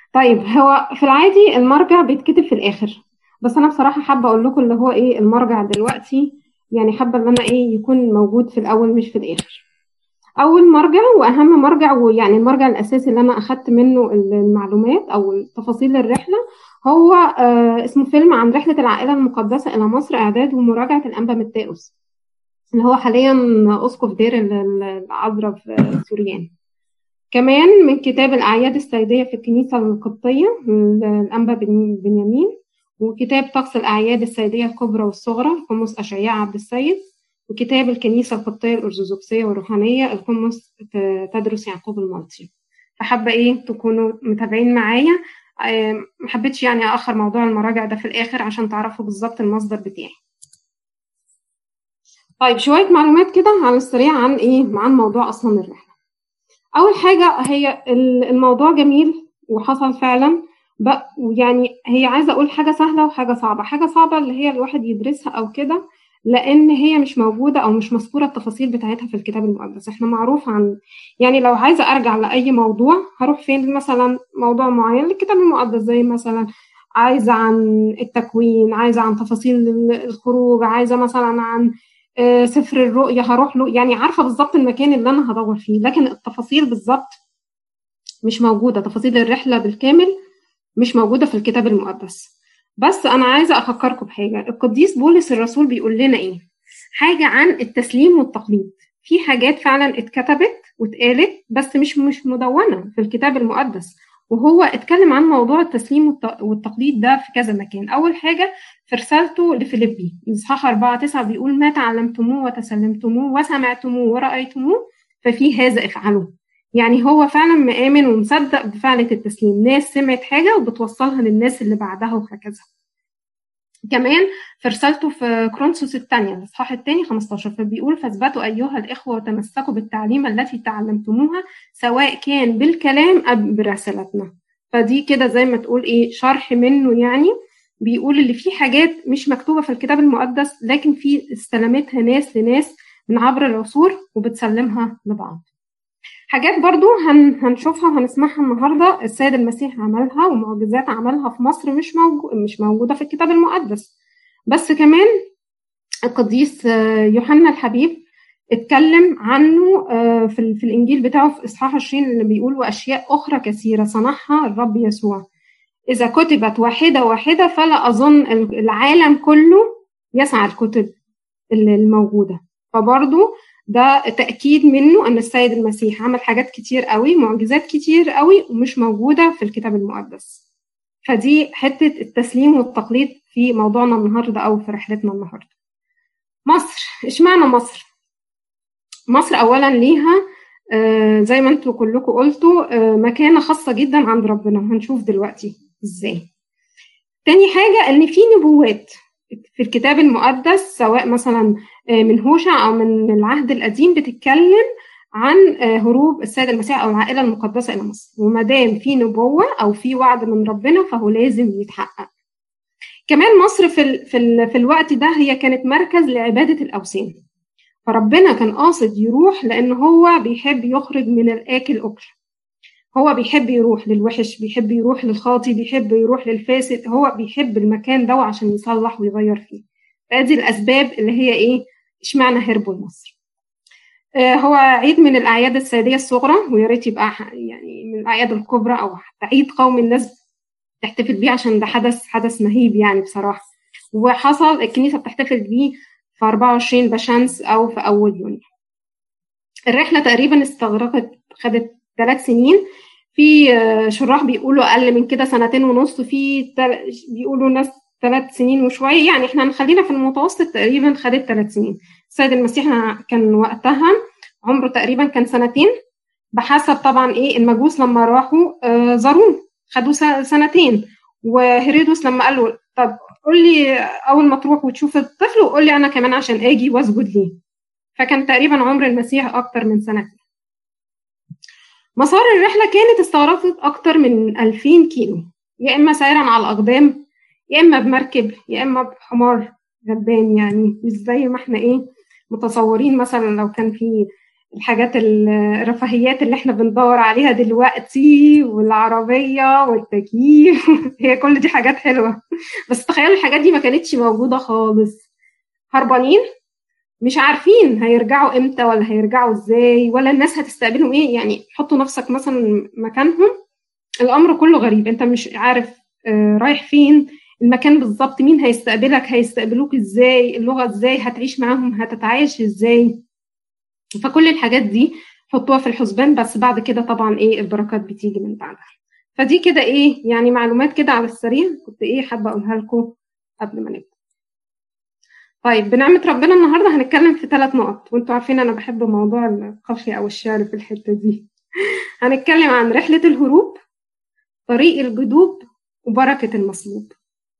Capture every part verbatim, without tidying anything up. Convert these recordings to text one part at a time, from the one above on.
طيب، هو في العادي المرجع بيتكتب في الاخر، بس انا بصراحه حابه اقول لكم اللي هو ايه المرجع دلوقتي. يعني حابه ان انا ايه يكون موجود في الاول مش في الاخر. اول مرجع واهم مرجع، ويعني المرجع الاساسي اللي انا اخدت منه المعلومات او تفاصيل الرحله، هو آه اسمه فيلم عن رحله العائله المقدسه الى مصر، اعداد ومراجعه الانبا متاوس، اللي هو حاليا اسقف دير ال- ال- العذراء في سوريان. كمان من كتاب الأعياد السيدية في الكنيسة القبطية للأنبا بن- بنيامين، وكتاب طقس الأعياد السيدية الكبرى والصغرى القمص أشعياء عبد السيد، وكتاب الكنيسة القبطية الأرثوذكسية والروحانية القمص ت- تدرس يعقوب المالطي. فحابة إيه تكونوا متابعين معايا. آه، محبتش يعني أأخر موضوع المراجع ده في الآخر عشان تعرفوا بالظبط المصدر بتاعي. طيب، شوية معلومات كده على السريع عن إيه عن موضوع أصلا الرحلة. اول حاجه، هي الموضوع جميل وحصل فعلا. يعني هي عايزه اقول حاجه سهله وحاجه صعبه. حاجه صعبه اللي هي الواحد يدرسها او كده، لان هي مش موجوده او مش مذكوره التفاصيل بتاعتها في الكتاب المقدس. احنا معروف عن، يعني لو عايزه ارجع لاي موضوع هروح فين؟ مثلا موضوع معين للكتاب المقدس، زي مثلا عايزه عن التكوين، عايزه عن تفاصيل الخروج، عايزه مثلا عن آه، سفر الرؤيا هروح له. يعني عارفه بالظبط المكان اللي انا هدور فيه، لكن التفاصيل بالظبط مش موجوده. تفاصيل الرحله بالكامل مش موجوده في الكتاب المقدس. بس انا عايزه افكركم بحاجه. القديس بولس الرسول بيقول لنا ايه؟ حاجه عن التسليم والتقليد. في حاجات فعلا اتكتبت واتقالت بس مش مش مدونه في الكتاب المقدس، وهو اتكلم عن موضوع التسليم والتقليد ده في كذا مكان. اول حاجه في رسالته لفيليبي اصحاح أربعة تسعة بيقول: ما تعلمتموه وتسلمتموه وسمعتموه ورأيتموه ففي هذا افعلوا. يعني هو فعلا مآمن ومصدق بفعلة التسليم. ناس سمعت حاجة وبتوصلها للناس اللي بعدها وهكذا. كمان في رسالته في كورنثوس الثانية الإصحاح الثاني خمستاشر فبيقول: فاثبتوا أيها الإخوة وتمسكوا بالتعليم التي تعلمتموها سواء كان بالكلام أم برسالتنا. فدي كده زي ما تقول إيه شرح منه. يعني بيقول اللي في حاجات مش مكتوبة في الكتاب المقدس، لكن في استلمتها ناس لناس من عبر العصور وبتسلمها لبعض. حاجات برضو هن هنشوفها وهنسمعها النهاردة السيد المسيح عملها، ومعجزات عملها في مصر مش موجو مش موجودة في الكتاب المقدس. بس كمان القديس يوحنا الحبيب اتكلم عنه في, في الإنجيل بتاعه في إصحاح عشرين اللي بيقول: وأشياء أخرى كثيرة صنعها الرب يسوع، إذا كتبت واحدة واحدة فلا أظن العالم كله يسعى الكتب الموجودة. فبرضو ده تأكيد منه أن السيد المسيح عمل حاجات كتير قوي، معجزات كتير قوي ومش موجودة في الكتاب المقدس. فدي حتة التسليم والتقليد في موضوعنا النهاردة أو في رحلتنا النهاردة. مصر، اشمعنى مصر؟ مصر أولا ليها آه زي ما انتوا كلكم قلتوا آه مكانة خاصة جدا عند ربنا، هنشوف دلوقتي ازاي. تاني حاجة ان في نبوات في الكتاب المقدس، سواء مثلا من هوشع او من العهد القديم، بتتكلم عن هروب السيد المسيح او العائله المقدسه الى مصر. وما دام في نبوه او في وعد من ربنا فهو لازم يتحقق. كمان مصر في ال في ال في الوقت ده هي كانت مركز لعباده الاوثان، فربنا كان قاصد يروح لان هو بيحب يخرج من الاكل اكل. هو بيحب يروح للوحش، بيحب يروح للخاطي، بيحب يروح للفاسد. هو بيحب المكان ده عشان يصلح ويغير فيه. فهذه الأسباب اللي هي إيه اشمعنى هربوا لمصر. آه هو عيد من الأعياد السيدية الصغرى، ويا ريت يبقى يعني من الأعياد الكبرى أو حتى عيد قومي الناس تحتفل بيه، عشان ده حدث حدث مهيب يعني بصراحة. وحصل الكنيسة بتحتفل بيه في أربعة وعشرين بشمس أو في أول يونيو. الرحلة تقريبا استغرقت خدت ثلاث سنين. في شراح بيقولوا أقل من كده، سنتين ونص. في بيقولوا ناس ثلاث سنين وشوية. يعني احنا هنخلينا في المتوسط، تقريبا خدت ثلاث سنين. السيد المسيح كان وقتها عمره تقريبا كان سنتين، بحسب طبعا ايه المجوس لما راحوا آه زاروه خدوا سنتين. وهيرودس لما قال له: طب قول لي اول ما تروح وتشوف الطفل وقول لي انا كمان عشان اجي واسجد ليه. فكان تقريبا عمر المسيح اكتر من سنتين. مسار الرحلة كانت استغرقت أكتر من ألفين كيلو، يا إما سيرا على الأقدام، يا إما بمركب، يا إما بحمار غلبان. يعني مش زي ما احنا إيه متصورين. مثلا لو كان في الحاجات الرفاهيات اللي احنا بندور عليها دلوقتي، والعربية والتكييف هي كل دي حاجات حلوة، بس تخيلوا الحاجات دي ما كانتش موجودة خالص. هربانين مش عارفين هيرجعوا امتى ولا هيرجعوا ازاي ولا الناس هتستقبلهم ايه. يعني حطوا نفسك مثلا مكانهم، الامر كله غريب، انت مش عارف آه رايح فين، المكان بالظبط، مين هيستقبلك، هيستقبلوك ازاي، اللغة ازاي، هتعيش معاهم، هتتعايش ازاي. فكل الحاجات دي حطوها في الحسبان، بس بعد كده طبعا ايه البركات بتيجي من بعدها. فدي كده ايه يعني معلومات كده على السريع كنت ايه حابة اقولها لكم قبل ما نبدأ. طيب بنعمة ربنا النهاردة هنتكلم في ثلاث نقط، وانتوا عارفين انا بحب موضوع القافية او الشعر في الحتة دي. هنتكلم عن رحلة الهروب، طريق الجدوب، وبركة المصلوب.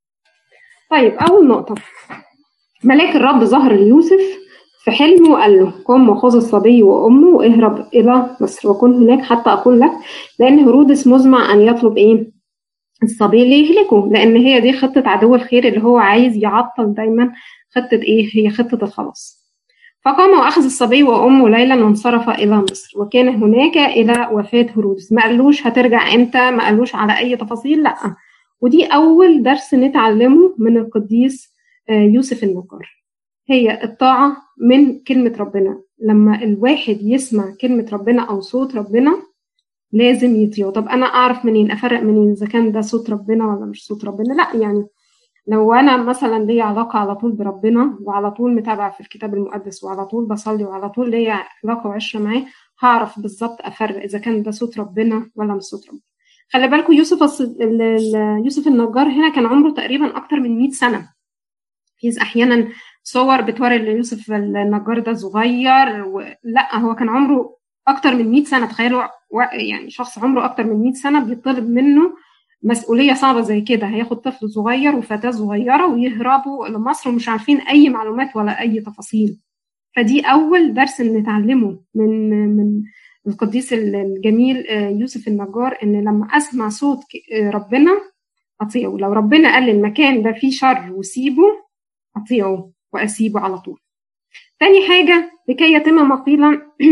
طيب اول نقطة، ملاك الرب ظهر ليوسف في حلم وقال له قم وخذ الصبي وامه واهرب الى مصر وكن هناك حتى اقول لك، لان هرودس مزمع ان يطلب ايه الصبي ليهلكه، لان هي دي خطة عدو الخير اللي هو عايز يعطل دايما خطة ايه هي خطة الخلاص. فقام واخذ الصبي وامه ليلا وانصرف الى مصر وكان هناك الى وفاة هرودس. ما قالوش هترجع امتى، ما قالوش على اي تفاصيل، لا. ودي اول درس نتعلمه من القديس يوسف النجار، هي الطاعة من كلمة ربنا. لما الواحد يسمع كلمة ربنا أو صوت ربنا لازم يطيعه. طب أنا أعرف منين، أفرق منين إذا كان ده صوت ربنا ولا مش صوت ربنا؟ لا، يعني لو أنا مثلا ليا علاقة على طول بربنا وعلى طول متابعة في الكتاب المقدس وعلى طول بصلي وعلى طول ليا علاقة وعشرة معاه، هعرف بالظبط أفرق إذا كان ده صوت ربنا ولا مش صوت ربنا. خلي بالكم يوسف الصد... يوسف النجار هنا كان عمره تقريبا أكتر من مئة سنة. في أحيانا صور بتوري ان يوسف النجار ده صغير و... لا، هو كان عمره اكتر من مئة سنه. تخيلوا و... يعني شخص عمره اكتر من مئة سنه بيطلب منه مسؤوليه صعبه زي كده، هياخد طفل صغير وفتاه صغيره ويهربوا لمصر ومش عارفين اي معلومات ولا اي تفاصيل. فدي اول درس نتعلمه من من القديس الجميل يوسف النجار، ان لما اسمع صوت ربنا اطيعه. لو ربنا قال المكان ده فيه شر وسيبه، اطيعه واسيبه على طول. تاني حاجة، لكي يتم ما قيل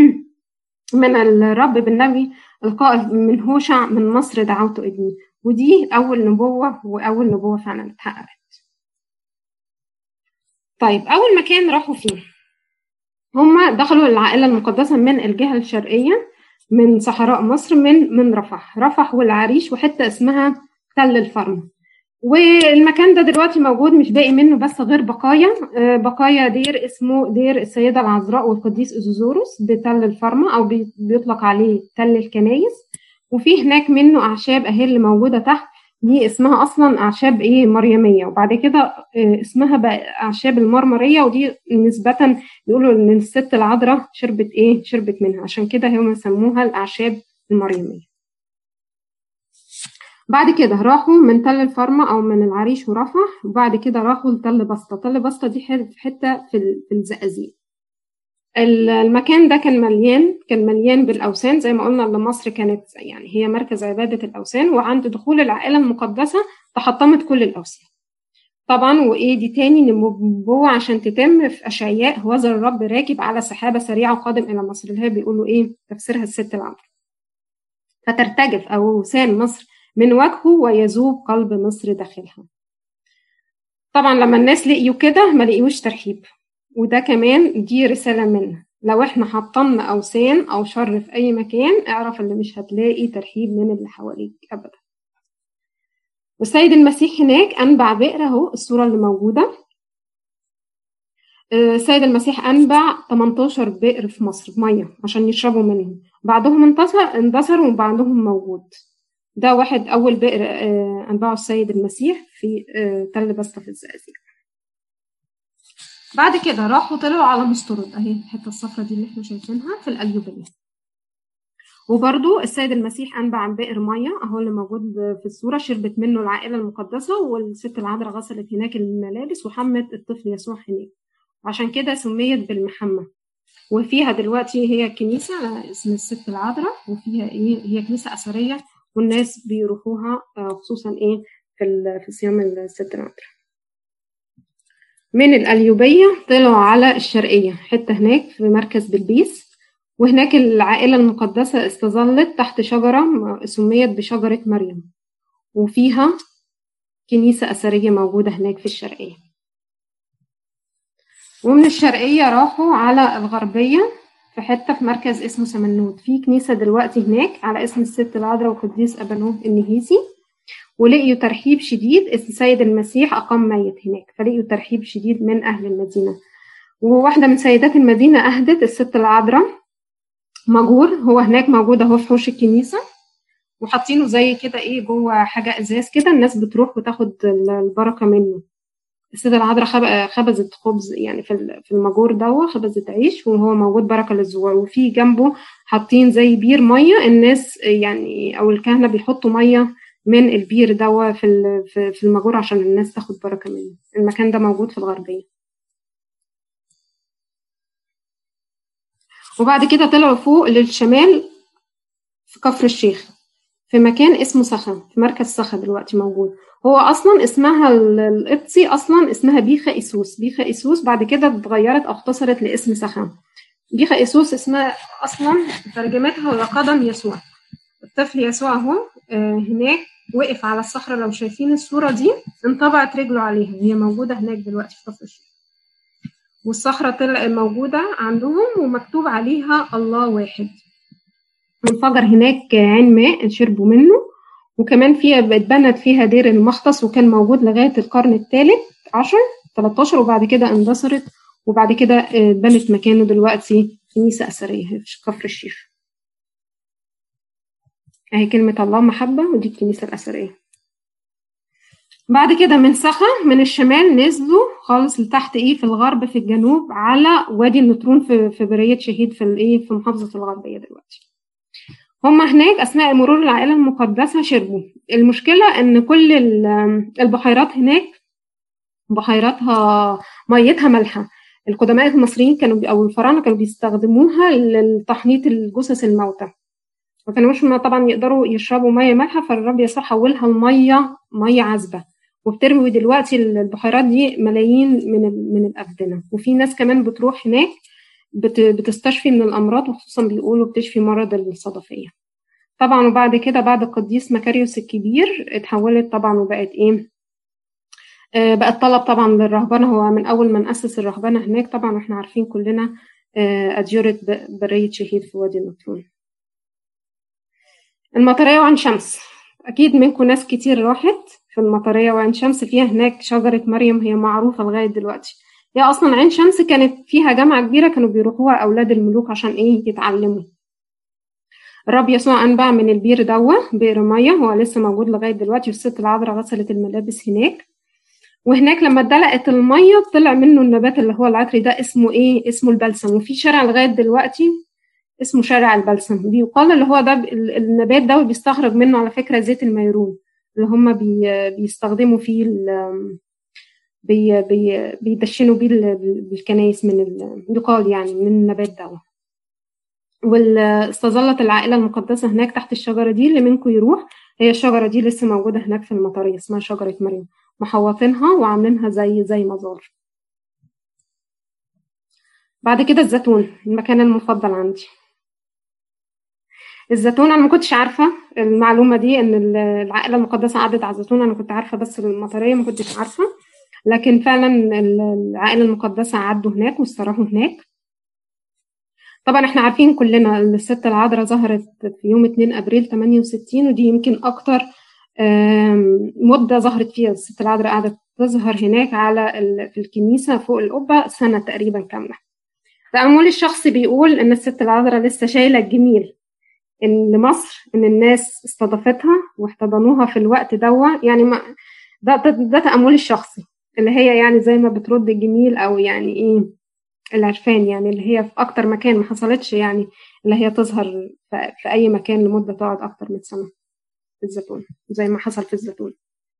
من الرب بالنبي القائل من هوشع من مصر دعوت ابني. ودي أول نبوة، وأول نبوة فعلا اتحققت. طيب أول مكان راحوا فيه، هما دخلوا العائلة المقدسة من الجهة الشرقية من صحراء مصر، من من رفح رفح والعريش وحتة اسمها تل الفرم. والمكان ده دلوقتي موجود، مش باقي منه بس غير بقايا بقايا دير اسمه دير السيدة العذراء والقديس إزوزوروس بتل الفرمة، أو بيطلق عليه تل الكنايس. وفي هناك منه أعشاب أهي اللي موجودة تحت، دي اسمها أصلا أعشاب إيه مريمية، وبعد كده اسمها بقى أعشاب المرمرية، ودي نسبة بيقولوا إن الست العذراء شربت إيه شربت منها، عشان كده هم سموها الأعشاب المريمية. بعد كده راحوا من تل الفرمة أو من العريش ورفح، وبعد كده راحوا لتل بسطة. تل بسطة دي حتة في الزقازيق. المكان ده كان مليان كان مليان بالأوثان، زي ما قلنا إن مصر كانت يعني هي مركز عبادة الأوثان، وعند دخول العائلة المقدسة تحطمت كل الأوثان طبعا. وإيه دي تاني نبوة عشان تتم في أشعياء، هوذا الرب راكب على سحابة سريعة وقادم إلى مصر، اللي هي بيقولوا إيه تفسيرها الست العذراء. فترتجف أوثان مصر من وجهه ويذوب قلب مصر داخلها. طبعا لما الناس لقيوا كده ما لقيوش ترحيب، وده كمان دي رسالة منه، لو احنا حطمنا أوثان أو شر في أي مكان اعرف اللي مش هتلاقي ترحيب من اللي حواليك أبدا. والسيد المسيح هناك أنبع بئر، اهو الصورة اللي موجودة. السيد المسيح أنبع تمنتاشر بئر في مصر بمية عشان يشربوا منهم، بعضهم انتصر اندثر وبعضهم موجود. ده واحد أول بئر أنبعه السيد المسيح في تل بسطة في الزقازيق. بعد كده راحوا طلعوا على مسترد، اهي الحته الصفرا دي اللي احنا شايفينها في القليوبيه. وبرده السيد المسيح أنبع عن بئر ميه اهو اللي موجود في الصوره، شربت منه العائله المقدسه، والست العذراء غسلت هناك الملابس وحمت الطفل يسوع هناك، وعشان كده سميت بالمحمه. وفيها دلوقتي هي كنيسه على اسم الست العذراء، وفيها ايه هي كنيسه اثريه والناس بيروحوها خصوصا ايه في في صيام الست العذراء. من القليوبيه طلعوا على الشرقيه، حته هناك في مركز بلبيس، وهناك العائلة المقدسة استظلت تحت شجرة سميت بشجرة مريم، وفيها كنيسة أثرية موجودة هناك في الشرقية. ومن الشرقية راحوا على الغربية في حتة في مركز اسمه سمنود، في كنيسة دلوقتي هناك على اسم الست العذراء وقديس أبانوب النهيسي، ولقيوا ترحيب شديد. السيد المسيح أقام ميت هناك، فلقيوا ترحيب شديد من أهل المدينة. وواحدة من سيدات المدينة أهدت الست العذراء مجور، هو هناك موجود اهو في حوش الكنيسة، وحاطينه زي كده ايه جوه حاجة ازاز كده، الناس بتروح وتاخد البركة منه. السيدة العذراء خبزت خبز يعني في في المجور دوا، خبزت عيش وهو موجود بركة للزوار. وفي جنبه حاطين زي بير مية، الناس يعني او الكهنة بيحطوا مية من البير دوا في في المجور عشان الناس تاخد بركة منه. المكان ده موجود في الغربية. وبعد كده طلعوا فوق للشمال في كفر الشيخ في مكان اسمه سخا، في مركز سخا دلوقتي موجود. هو اصلا اسمها القبطي اصلا اسمها بيخا ايسوس، بيخا ايسوس بعد كده اتغيرت او اختصرت لاسم سخا. بيخا ايسوس اسمها اصلا ترجمتها هو قدم يسوع. الطفل يسوع اهو هناك وقف على الصخره، لو شايفين الصوره دي انطبعت رجله عليها، هي موجوده هناك دلوقتي في كفر الشيخ. والصخره طلع موجوده عندهم ومكتوب عليها الله واحد. انفجر هناك عين ماء شربوا منه، وكمان فيها اتبنت فيها دير المختص، وكان موجود لغاية القرن الثالث عشر ثلاثة عشر، وبعد كده اندثرت، وبعد كده اتبنت مكانه دلوقتي كنيسة أثرية في كفر الشيخ. اهي كلمة الله محبة، ودي الكنيسة الأثرية. بعد كده من سخا من الشمال نزلوا خالص لتحت ايه في الغرب في الجنوب على وادي النطرون في في برية شهيد في الايه في محافظة الغربية دلوقتي. هم هناك أثناء مرور العائلة المقدسة شربوا. المشكلة إن كل البحيرات هناك بحيراتها ميتها مالحة. القدماء المصريين كانوا أو الفراعنة كانوا بيستخدموها لتحنيط الجثث الموتى، ما كانوش طبعا يقدروا يشربوا مية مالحة، فالرب يسوع حولها لمية مية عذبة، وبتروي دلوقتي البحيرات دي ملايين من من الأفدنة. وفي ناس كمان بتروح هناك بتستشفي من الأمراض، وخصوصا بيقولوا بتشفي مرض الصدفية طبعا. وبعد كده بعد القديس مكاريوس الكبير اتحولت طبعا وبقت ايه آه بقت طلب طبعا للرهبنة. هو من اول ما نأسس الرهبنة هناك طبعا احنا عارفين كلنا آه أديرة برية شهيد في وادي النطرون. المطرية وعين شمس، اكيد منكم ناس كتير راحت في المطرية وعين شمس، فيها هناك شجرة مريم هي معروفة لغاية دلوقتي. هي اصلا عين شمس كانت فيها جامعة كبيرة كانوا بيروحوها اولاد الملوك عشان ايه يتعلموا. الرب يسوع أنبع من البير دوا بئر مية، هو لسه موجود لغاية دلوقتي، والست العذراء غسلت الملابس هناك. وهناك لما اتدلقت المية طلع منه النبات اللي هو العطري ده اسمه ايه اسمه البلسم، وفي شارع لغاية دلوقتي اسمه شارع البلسم. بيقال اللي هو ده النبات ده بيستخرج منه على فكرة زيت الميرون اللي هم بي بيستخدموا فيه بي بي بيدشنوا بيه بالكنايس من يقال يعني من النبات ده. واستظلت العائلة المقدسة هناك تحت الشجرة دي، اللي منكم يروح هي الشجرة دي لسه موجودة هناك في المطرية، اسمها شجرة مريم، محوطينها وعاملينها زي زي مزار. بعد كده الزيتون، المكان المفضل عندي. الزيتون انا ما كنتش عارفة المعلومة دي ان العائلة المقدسة عدت على الزيتون، انا كنت عارفة بس المطرية ما كنتش عارفة، لكن فعلا العائلة المقدسة عدوا هناك واستراحوا هناك. طبعا احنا عارفين كلنا الست العذراء ظهرت في يوم اتنين ابريل تمانية وستين، ودي يمكن اكتر مدة ظهرت فيها الست العذراء، قعدت تظهر هناك على في الكنيسة فوق القبة سنة تقريبا كاملة. تأمل الشخص بيقول ان الست العذراء لسه شايلة الجميل ان مصر ان الناس استضافتها واحتضنوها في الوقت دوا، يعني ما ده, ده, ده تأمل الشخصي اللي هي يعني زي ما بترد الجميل او يعني ايه العرفان، يعني اللي هي في أكتر مكان ما حصلتش، يعني اللي هي تظهر في أي مكان لمدة تقعد أكتر من سنة في الزيتون زي ما حصل في الزيتون.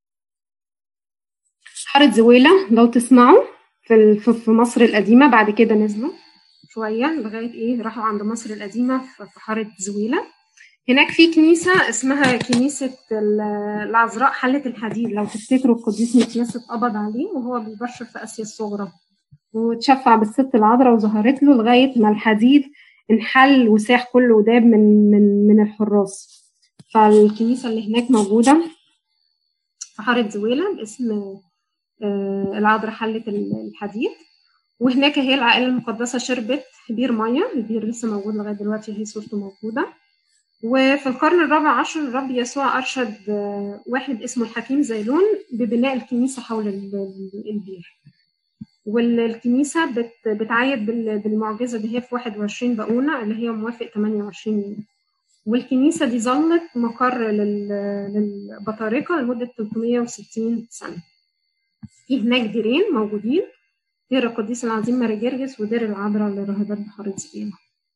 حارة زويلة لو تسمعوا في في مصر القديمة، بعد كده نزلوا شوية لغاية إيه راحوا عند مصر القديمة في حارة زويلة. هناك في كنيسة اسمها كنيسة العذراء حلة الحديد، لو تفتكروا القديس متياس اتقبض عليه وهو بيبشر في آسيا الصغرى، وتشفع بالست العذراء وظهرت له لغاية ما الحديد انحل وساح كله وداب من من من الحراس. فالكنيسة اللي هناك موجودة في حارة زويلة باسم العذراء حلة الحديد، وهناك هي العائلة المقدسة شربت بير مية، البير لسه موجود لغاية دلوقتي، هي صورته موجودة. وفي القرن الرابع عشر الرب يسوع أرشد واحد اسمه الحكيم زيلون ببناء الكنيسة حول البير، والكنيسة بتعايد بالمعجزة دي هي في واحد وعشرين باقونة اللي هي موافق ثمانية وعشرين يوم. والكنيسة دي ظلت مقر للبطاركة لمدة ثلاثمائة وستين سنة. في هناك ديرين موجودين، دير القديس العظيم ماري جرجس ودير العذراء لراهبات بحارة زويلة.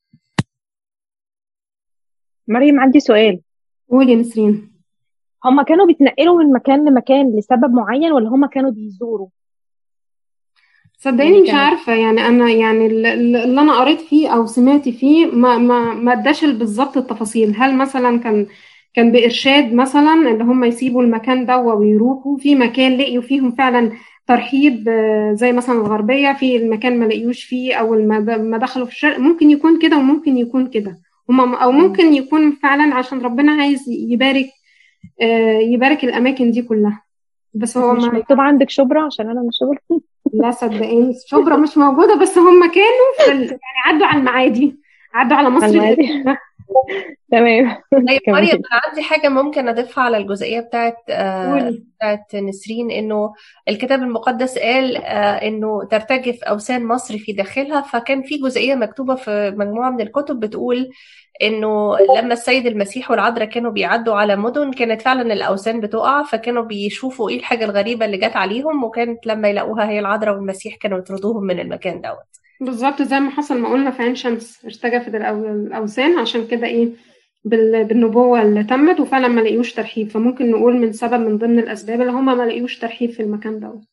مريم عندي سؤال. قولي يا نسرين. هما كانوا بيتنقلوا من مكان لمكان لسبب معين ولا هما كانوا بيزوروا؟ صدقيني مش عارفة، يعني أنا يعني اللي أنا قريت فيه أو سمعت فيه ما ما ما اداش بالظبط التفاصيل. هل مثلا كان كان بإرشاد مثلا اللي هم يسيبوا المكان ده ويروحوا في مكان لقيوا فيهم فعلا ترحيب زي مثلا الغربية، في المكان ما لقيوش فيه أو ما دخلوا في الشرق؟ ممكن يكون كده وممكن يكون كده هم، أو ممكن يكون فعلا عشان ربنا عايز يبارك يبارك الأماكن دي كلها. بس هو مش مكتوب عندك شبرا عشان أنا مش شبرا. لا صدقيني شبرا مش موجودة، بس هم كانوا في ال... يعني عدوا على المعادي، عدوا على مصر القديمة. تمام. طيب مريم، انا عندي حاجه ممكن اضيفها على الجزئيه بتاعت آه بتاعت نسرين، انه الكتاب المقدس قال آه انه ترتجف اوثان مصر في داخلها، فكان في جزئيه مكتوبه في مجموعه من الكتب بتقول انه لما السيد المسيح والعذراء كانوا بيعدوا على مدن كانت فعلا الاوثان بتقع، فكانوا بيشوفوا ايه الحاجه الغريبه اللي جت عليهم، وكانت لما يلاقوها هي العذراء والمسيح كانوا يطردوهم من المكان دوت. بالظبط زي ما حصل ما قلنا في عين شمس، ارتجفت الاوثان عشان كده ايه بالنبوة اللي تمت، وفعلا ما لقيوش ترحيب. فممكن نقول من سبب من ضمن الأسباب اللي هم ما لقيوش ترحيب في المكان ده.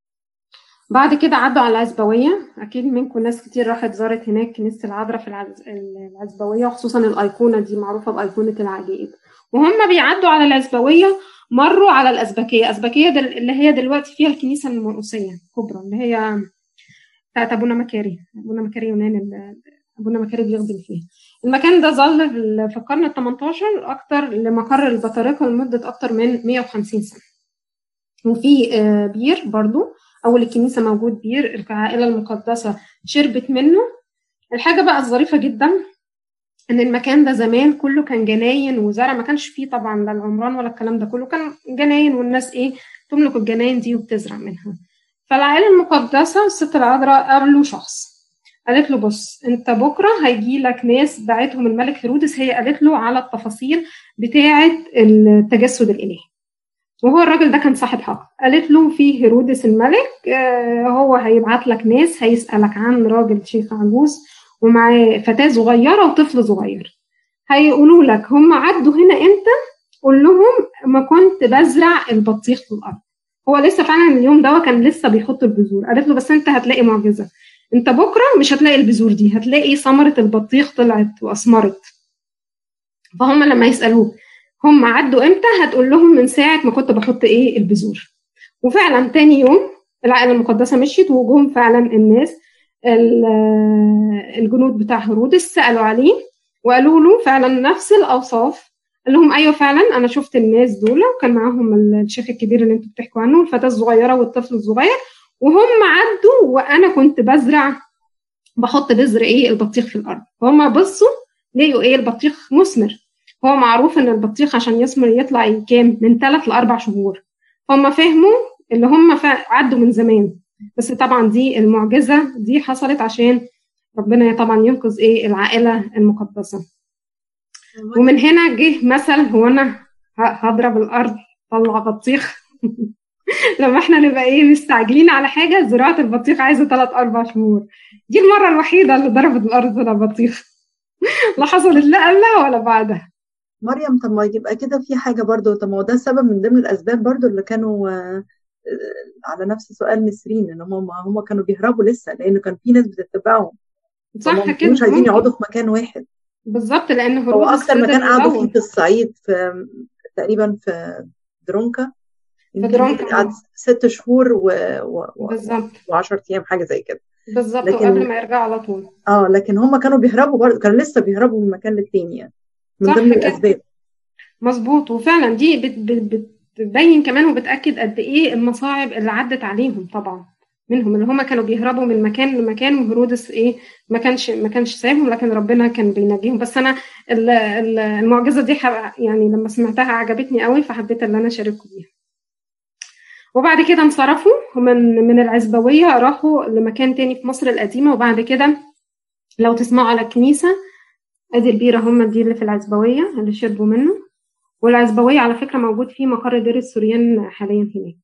بعد كده عدوا على العزبوية، أكيد منكم ناس كتير راحت زارت هناك كنيسة العذراء في العز... العزبوية، وخصوصا الأيقونة دي معروفة بأيقونة العجائب. وهم بيعدوا على العزبوية مروا على الأزبكية. أزبكية دل... اللي هي دلوقتي فيها الكنيسة المرقسية الكبرى اللي هي بتاعت أبونا مكاري، أبونا مكاري يونان اللي أبونا مكاري بيخدم فيها. المكان ده ظل في القرن الثمنتاشر أكتر لمقر البطاركة لمدة أكتر من مئة وخمسين سنة. وفي بير برضو أول الكنيسة موجود بير العائلة المقدسة شربت منه. الحاجة بقى الظريفة جدا إن المكان ده زمان كله كان جناين وزرع، ما كانش فيه طبعا لا العمران ولا الكلام ده كله، كان جناين والناس إيه تملك الجناين دي وبتزرع منها. فالعائلة المقدسة والست العذراء قابلوا شخص قالت له بص انت بكرة هيجي لك ناس بعتهم الملك هيرودس، هي قالت له على التفاصيل بتاعة التجسد الإلهي، وهو الراجل ده كان صاحب حق. قالت له في هيرودس الملك آه هو هيبعت لك ناس هيسألك عن راجل شيخ عجوز ومعاه فتاة صغيرة وطفل صغير، هيقولوا لك هم عدوا هنا امتى، قول لهم ما كنت بزرع البطيخ في الأرض. هو لسه فعلا اليوم ده كان لسه بيحط البذور. قالت له بس انت هتلاقي معجزة، انت بكرة مش هتلاقي البذور دي، هتلاقي ثمرة البطيخ طلعت وأثمرت. فهم لما يسألوه هم عدوا امتى هتقول لهم من ساعة ما كنت بحط ايه البذور. وفعلا تاني يوم العائلة المقدسة مشيت وجوهم فعلا الناس الجنود بتاع هيرودس سألوا عليه وقالوا له فعلا نفس الأوصاف. قال لهم ايوه فعلا انا شفت الناس دول وكان معاهم الشيخ الكبير اللي انتوا بتحكوا عنه والفتاة الصغيرة والطفل الصغير، وهم عدوا وانا كنت بزرع بحط بذر ايه البطيخ في الارض. فهم بصوا لقوا ايه البطيخ مثمر. هو معروف ان البطيخ عشان يثمر يطلع كام من ثلاث لاربع شهور. هم فهموا اللي هم عدوا من زمان، بس طبعا دي المعجزة دي حصلت عشان ربنا طبعا ينقذ ايه العائلة المقدسة. ومن هنا جه مثل هو انا هضرب الارض طلع بطيخ لما احنا نبقى ايه مستعجلين على حاجه، زراعه البطيخ عايزه ثلاث اربع شهور. دي المره الوحيده اللي ضربت الارض طلع بطيخ لا حصلت لا قبلها ولا بعدها. مريم طب ما يبقى كده في حاجه برضو، طب ما هو ده سبب من ضمن الاسباب برضو اللي كانوا على نفس سؤال نسرين ان هم هم كانوا بيهربوا لسه لانه كان في ناس بتتبعهم. صح كده مش عايزين يقعدوا في مكان واحد. بالظبط لان هو اكتر مكان قعدوا فيه في الصعيد في تقريبا في درونكا يمكن قعد ست شهور و... و... و... وعشر ايام حاجه زي كده. بالظبط، لكن وقبل ما يرجعوا على طول. اه لكن هم كانوا بيهربوا برضه، كانوا لسه بيهربوا من مكان للتاني يعني، من صح ضمن كده، الاسباب. مظبوط. وفعلا دي بت بت بتبين كمان وبتأكد قد ايه المصاعب اللي عدت عليهم طبعا، منهم اللي هم كانوا بيهربوا من مكان لمكان، وهرودس ايه ما كانش ما كانش سايبهم، لكن ربنا كان بينجيهم. بس انا ال- ال- المعجزه دي حب- يعني لما سمعتها عجبتني قوي، فحبيت ان انا اشارككم بيها. وبعد كده انصرفوا من من العزبويه، راحوا لمكان تاني في مصر القديمه. وبعد كده لو تسمعوا على الكنيسه، ادي البيره هم دي اللي في العزبويه اللي شربوا منه. والعزبويه على فكره موجود فيه مقر دير السوريان حاليا هناك.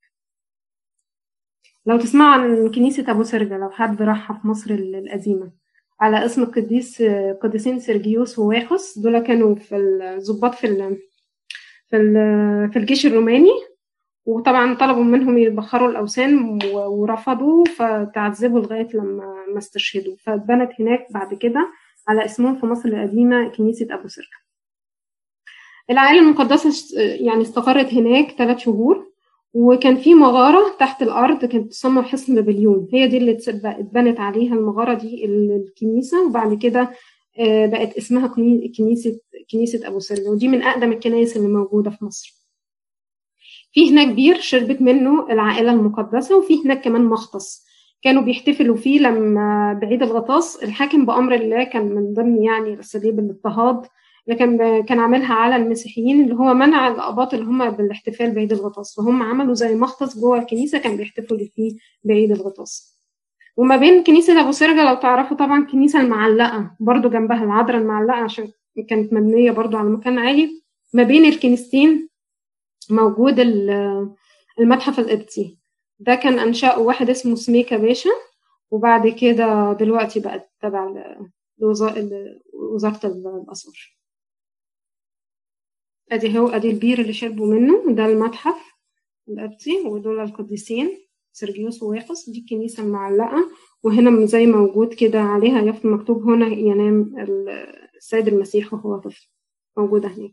لو تسمعوا عن كنيسة أبو سرجة، لو حد راحها في مصر القديمة، على اسم القديس قديسين سيرجيوس وواخس، دول كانوا في الضباط في ال في ال في الجيش الروماني، وطبعا طلبوا منهم يبخروا الأوثان ورفضوا، فتعذبوا لغاية لما ما استشهدوا. فاتبنت هناك بعد كده على اسمهم في مصر القديمة كنيسة أبو سرجة. العائلة المقدسة يعني استقرت هناك ثلاث شهور، وكان في مغارة تحت الأرض كانت تسمى حصن بابليون، هي دي اللي اتبنت عليها المغارة دي الكنيسة. وبعد كده بقت اسمها كنيسة كنيسة أبو سرجة، ودي من أقدم الكنائس اللي موجودة في مصر. في هناك بير شربت منه العائلة المقدسة، وفي هناك كمان مختص كانوا بيحتفلوا فيه لما بعيد الغطاس الحاكم بأمر الله، كان من ضمن يعني أساليب الاضطهاد اللي كان كان عاملها على المسيحيين، اللي هو منع الأقباط اللي هم بالاحتفال بعيد الغطاس، فهم عملوا زي مختص جوه الكنيسة كان بيحتفلوا فيه بعيد الغطاس. وما بين كنيسة أبو سرجة لو تعرفوا طبعا كنيسة المعلقة برضو جنبها، العذراء المعلقة، عشان كانت مبنية برضو على مكان عالي. ما بين الكنيستين موجود المتحف القبطي، ده كان أنشأه واحد اسمه سميكة باشا، وبعد كده دلوقتي بقت تبع وزارة الآثار. ادي هو ادي البير اللي شربوا منه، ده المتحف القبطي، ودول القديسين سيرجيوس وواخس، دي الكنيسة المعلقة. وهنا زي موجود كده عليها يافط مكتوب هنا ينام السيد المسيح وهو طفل، موجودة هناك.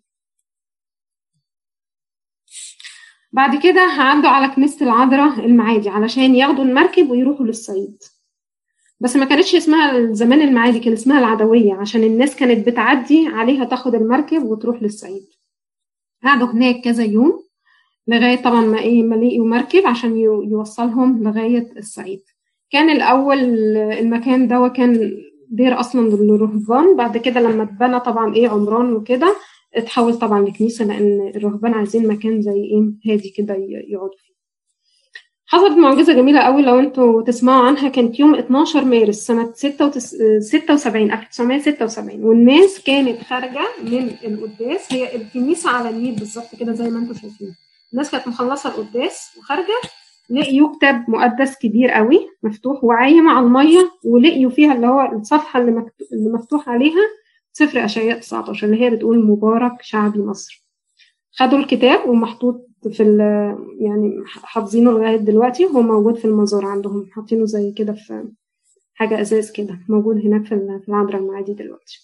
بعد كده هعدوا على كنيسة العذراء المعادي علشان ياخدوا المركب ويروحوا للصعيد، بس ما كانتش اسمها زمان المعادي، كان اسمها العدوية، عشان الناس كانت بتعدي عليها تاخد المركب وتروح للصعيد. قعدوا هناك كذا يوم لغاية طبعا ما ايه ما لقيوا مركب عشان يوصلهم لغاية الصعيد. كان الأول المكان ده كان دير أصلا للرهبان، بعد كده لما اتبنى طبعا ايه عمران وكده اتحول طبعا لكنيسة، لأن الرهبان عايزين مكان زي ايه هادي كده يقعدوا فيه. حصلت معجزة جميلة قوي لو انتوا تسمعوا عنها، كانت يوم اتناشر مارس سنة ستة وسبعين ألف وتسعمية ستة وسبعين، والناس كانت خارجة من القداس، هي الكنيسة على النيل بالظبط كده زي ما انتوا شايفين. الناس كانت مخلصة القداس وخارجة، لقيوا كتاب مقدس كبير قوي مفتوح وعايم على المية، ولقيوا فيها اللي هو الصفحة اللي, مكتو... اللي مفتوح عليها سفر أشعياء تسعتاشر اللي هي بتقول مبارك شعبي مصر. خدوا الكتاب ومحطوط في يعني حافظينه لغايه دلوقتي، هو موجود في المزار عندهم، حاطينه زي كده في حاجه ازاز كده، موجود هناك في العذراء المعادي دلوقتي.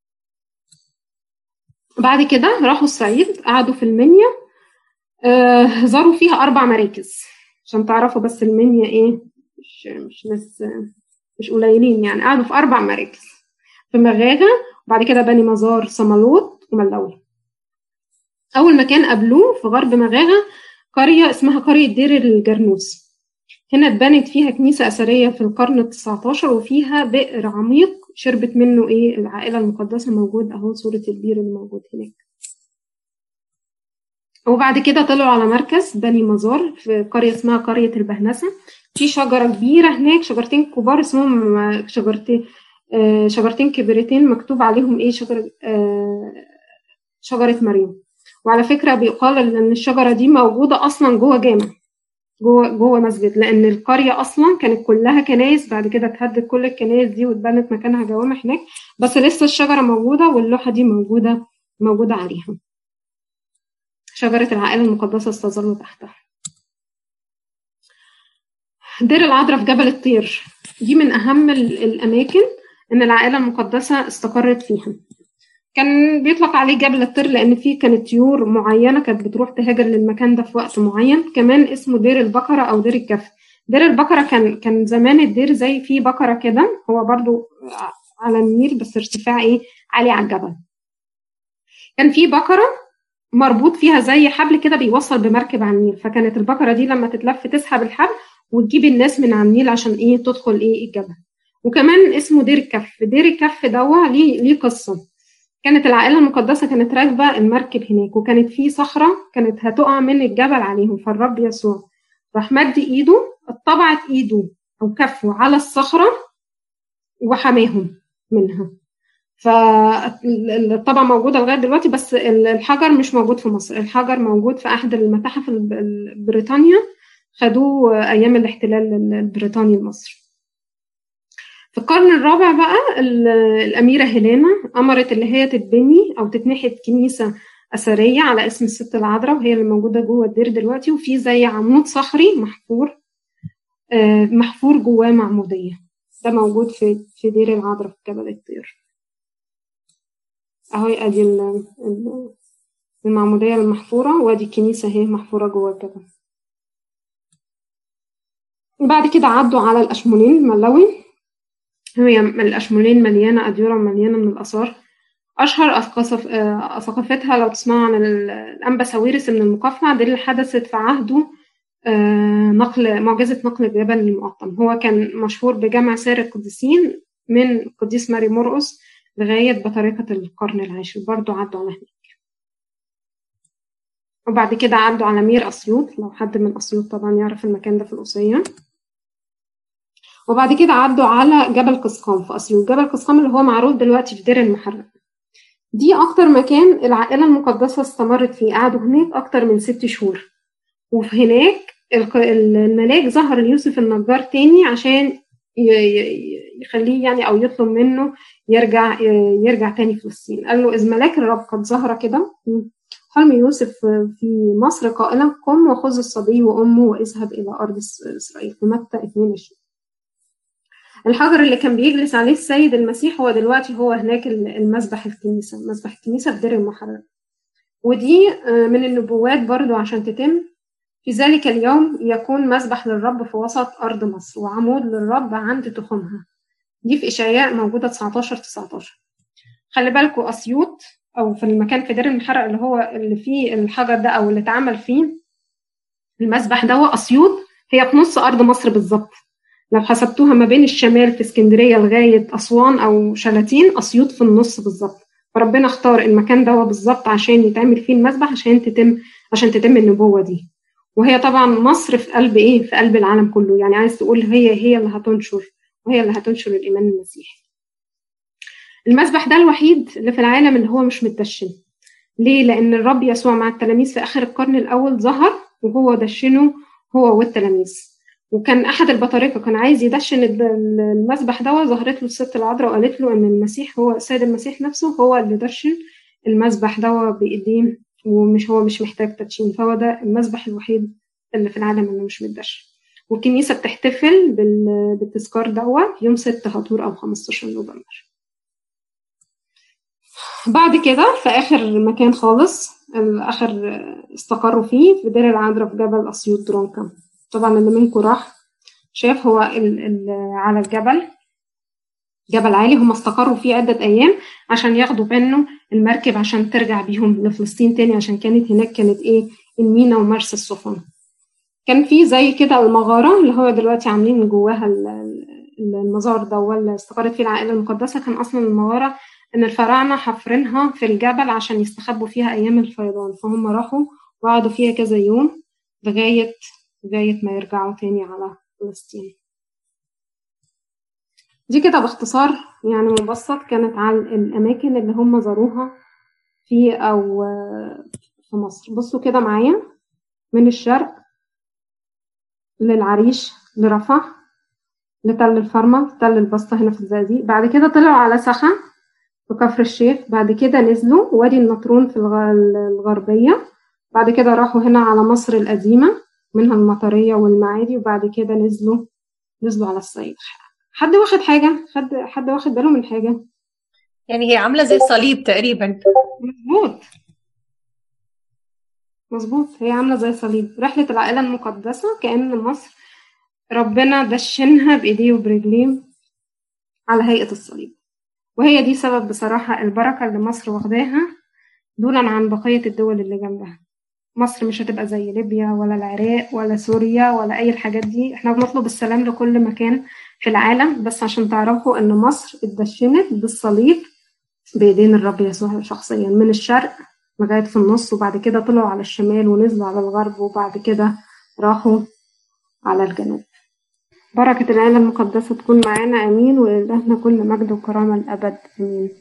بعد كده راحوا الصعيد، قعدوا في المنيا، آه زاروا فيها اربع مراكز عشان تعرفوا بس المنيا ايه مش مش ناس مش قليلين يعني. قعدوا في اربع مراكز في مغاغه، وبعد كده بني مزار صمالوط وملوي. أول مكان قابلوه في غرب مغاغة قرية اسمها قرية دير الجرنوس، هنا اتبنت فيها كنيسة أثرية في القرن التسعتاشر، وفيها بئر عميق شربت منه إيه العائلة المقدسة، موجود أهو صورة البير اللي موجود هناك. وبعد كده طلعوا على مركز بني مزار في قرية اسمها قرية البهنسة، في شجرة كبيرة هناك، شجرتين كبار اسمهم شجرتين شجرتين كبيرتين مكتوب عليهم إيه شجرة شجرة مريم. وعلى فكرة بيقال ان الشجرة دي موجودة اصلا جوه جامع، جوه جوه مسجد، لان القرية اصلا كانت كلها كنايس، بعد كده اتهدت كل الكنايس دي واتبنت مكانها جوامع هناك، بس لسه الشجرة موجودة واللوحة دي موجودة موجودة عليها. شجرة العائلة المقدسة استظلوا تحتها. دير العذراء في جبل الطير، دي من اهم الاماكن ان العائلة المقدسة استقرت فيها. كان بيطلق عليه جبل الطير لان فيه كانت طيور معينه كانت بتروح تهاجر للمكان ده في وقت معين. كمان اسمه دير البقره او دير الكف، دير البقرة كان كان زمان الدير زي فيه بقرة كده، هو برضو على النيل بس ارتفاع ايه عالي على الجبل. كان فيه بقرة مربوط فيها زي حبل كده بيوصل بمركب على النيل، فكانت البقرة دي لما تتلف تسحب الحبل وتجيب الناس من على النيل عشان ايه تدخل ايه الجبل. وكمان اسمه دير الكف. دير الكف دوا ليه ليه قصة. كانت العائلة المقدسة كانت راكبة المركب هناك، وكانت في صخرة كانت هتقع من الجبل عليهم، فالرب يسوع راح مد ايده، اتطبعت ايده او كفه على الصخرة وحماهم منها. فالطبعة موجودة لغاية دلوقتي، بس الحجر مش موجود في مصر، الحجر موجود في أحد المتاحف البريطانية، خدوه أيام الاحتلال البريطاني لمصر. في القرن الرابع بقى الأميرة هيلانا أمرت اللي هي تتبني أو تتنحت كنيسة أثرية على اسم الست العذراء، وهي اللي موجودة جوه الدير دلوقتي، وفي زي عمود صخري محفور محفور جواه معمودية، ده موجود في في دير العذراء في جبل الطير. اهي ادي المعمودية المحفورة، وادي الكنيسة هي محفورة جوه الجبل. بعد كده عدوا على الأشمونين الملوي. هي الأشمونين مليانة أديرة مليانة من الآثار. أشهر ثقافتها لو تسمعوا عن الأنبا ساويرس من المقفع، دي اللي حدثت في عهده نقل معجزة نقل الجبل المقطم. هو كان مشهور بجمع سير القديسين من قديس ماري مرقس لغاية بطريقة القرن العاشر، برضو عدوا على هناك. وبعد كده عدوا على مير أسيوط، لو حد من أسيوط طبعا يعرف المكان ده في القصية. وبعد كده عدوا على جبل قسقام في أسيوط. جبل قسقام اللي هو معروض دلوقتي في دير المحرق. دي أكتر مكان العائلة المقدسة استمرت فيه، قعدوا هناك أكتر من ست شهور. وفي هناك الملاك ظهر ليوسف النجار تاني عشان يخليه يعني أو يطلب منه يرجع يرجع تاني فلسطين. قال له: إذ ملاك الرب قد ظهر كده حلم يوسف في مصر قائلا: قم وخذ الصبي وأمه واذهب إلى أرض إسرائيل، في متى اثنين وعشرين. الحجر اللي كان بيجلس عليه السيد المسيح هو دلوقتي هو هناك المذبح الكنيسة، مذبح الكنيسة في دير المحرق. ودي من النبوات برضو عشان تتم. في ذلك اليوم يكون مذبح للرب في وسط أرض مصر، وعمود للرب عند تخومها. دي في إشعياء موجودة تسعتاشر تسعتاشر. خلي بالكوا أسيوط أو في المكان في دير المحرق اللي هو اللي فيه الحجر ده أو اللي اتعمل فيه المذبح ده، أسيوط هي في نص أرض مصر بالظبط. لو حسبتوها ما بين الشمال في اسكندرية لغاية أسوان أو شلاتين، أسيوط في النص بالظبط. فربنا اختار المكان ده بالظبط عشان يتعمل فيه المذبح، عشان تتم عشان تتم النبوة دي. وهي طبعا مصر في قلب ايه في قلب العالم كله، يعني عايز تقول هي هي اللي هتنشر وهي اللي هتنشر الإيمان المسيحي. المذبح ده الوحيد اللي في العالم اللي هو مش متدشن. ليه؟ لأن الرب يسوع مع التلاميذ في آخر القرن الأول ظهر وهو دشنه هو والتلاميذ. وكان أحد البطاركة كان عايز يدشن المذبح ده، ظهرت له الست العذراء وقالت له أن المسيح هو السيد المسيح نفسه هو اللي دشن المذبح ده بإيديه، ومش هو مش محتاج تدشين. فهو ده المذبح الوحيد اللي في العالم اللي مش متدشن. والكنيسة بتحتفل بالتذكار ده يوم ستة هطور أو خمستاشر نوفمبر. بعد كده في آخر مكان خالص آخر استقروا فيه في دير العذراء في جبل أسيوط درونكا. طبعا اللي منكم راح شاف هو ال ال على الجبل جبل عالي، هم استقروا فيه عدة أيام عشان ياخدوا منه المركب عشان ترجع بيهم لفلسطين تاني، عشان كانت هناك كانت إيه المينا ومرسى السفن. كان في زي كده المغارة اللي هو دلوقتي عاملين جواها المزار ده واللي استقرت فيه العائلة المقدسة. كان أصلا المغارة إن الفراعنة حفرينها في الجبل عشان يستخبوا فيها أيام الفيضان، فهم راحوا وقعدوا فيها كذا يوم لغاية لغاية ما يرجعوا تاني على فلسطين. دي كده باختصار يعني مبسط كانت على الأماكن اللي هم زاروها في أو في مصر. بصوا كده معايا من الشرق للعريش لرفح لتل الفرمة تل البسطة هنا في الزقازيق. بعد كده طلعوا على سخا في كفر الشيخ. بعد كده نزلوا وادي النطرون في الغربية. بعد كده راحوا هنا على مصر القديمة منها المطرية والمعادي. وبعد كده نزلوا نزلوا على الصعيد. حد واخد حاجة؟ حد حد واخد باله من حاجة؟ يعني هي عاملة زي الصليب تقريبا. مظبوط مظبوط هي عاملة زي صليب. رحلة العائلة المقدسة كأن مصر ربنا دشنها بإيديه وبرجليه على هيئة الصليب. وهي دي سبب بصراحة البركة اللي مصر واخداها دولا عن بقية الدول اللي جنبها. مصر مش هتبقى زي ليبيا ولا العراق ولا سوريا ولا أي الحاجات دي. احنا بنطلب السلام لكل مكان في العالم، بس عشان تعرفوا ان مصر اتدشنت بالصليب بإيدين الرب يسوع شخصيا، من الشرق لغاية في النص، وبعد كده طلعوا على الشمال ونزلوا على الغرب، وبعد كده راحوا على الجنوب. بركة العيلة المقدسة تكون معانا، أمين، وإلهنا كل مجد وكرامة الأبد، أمين.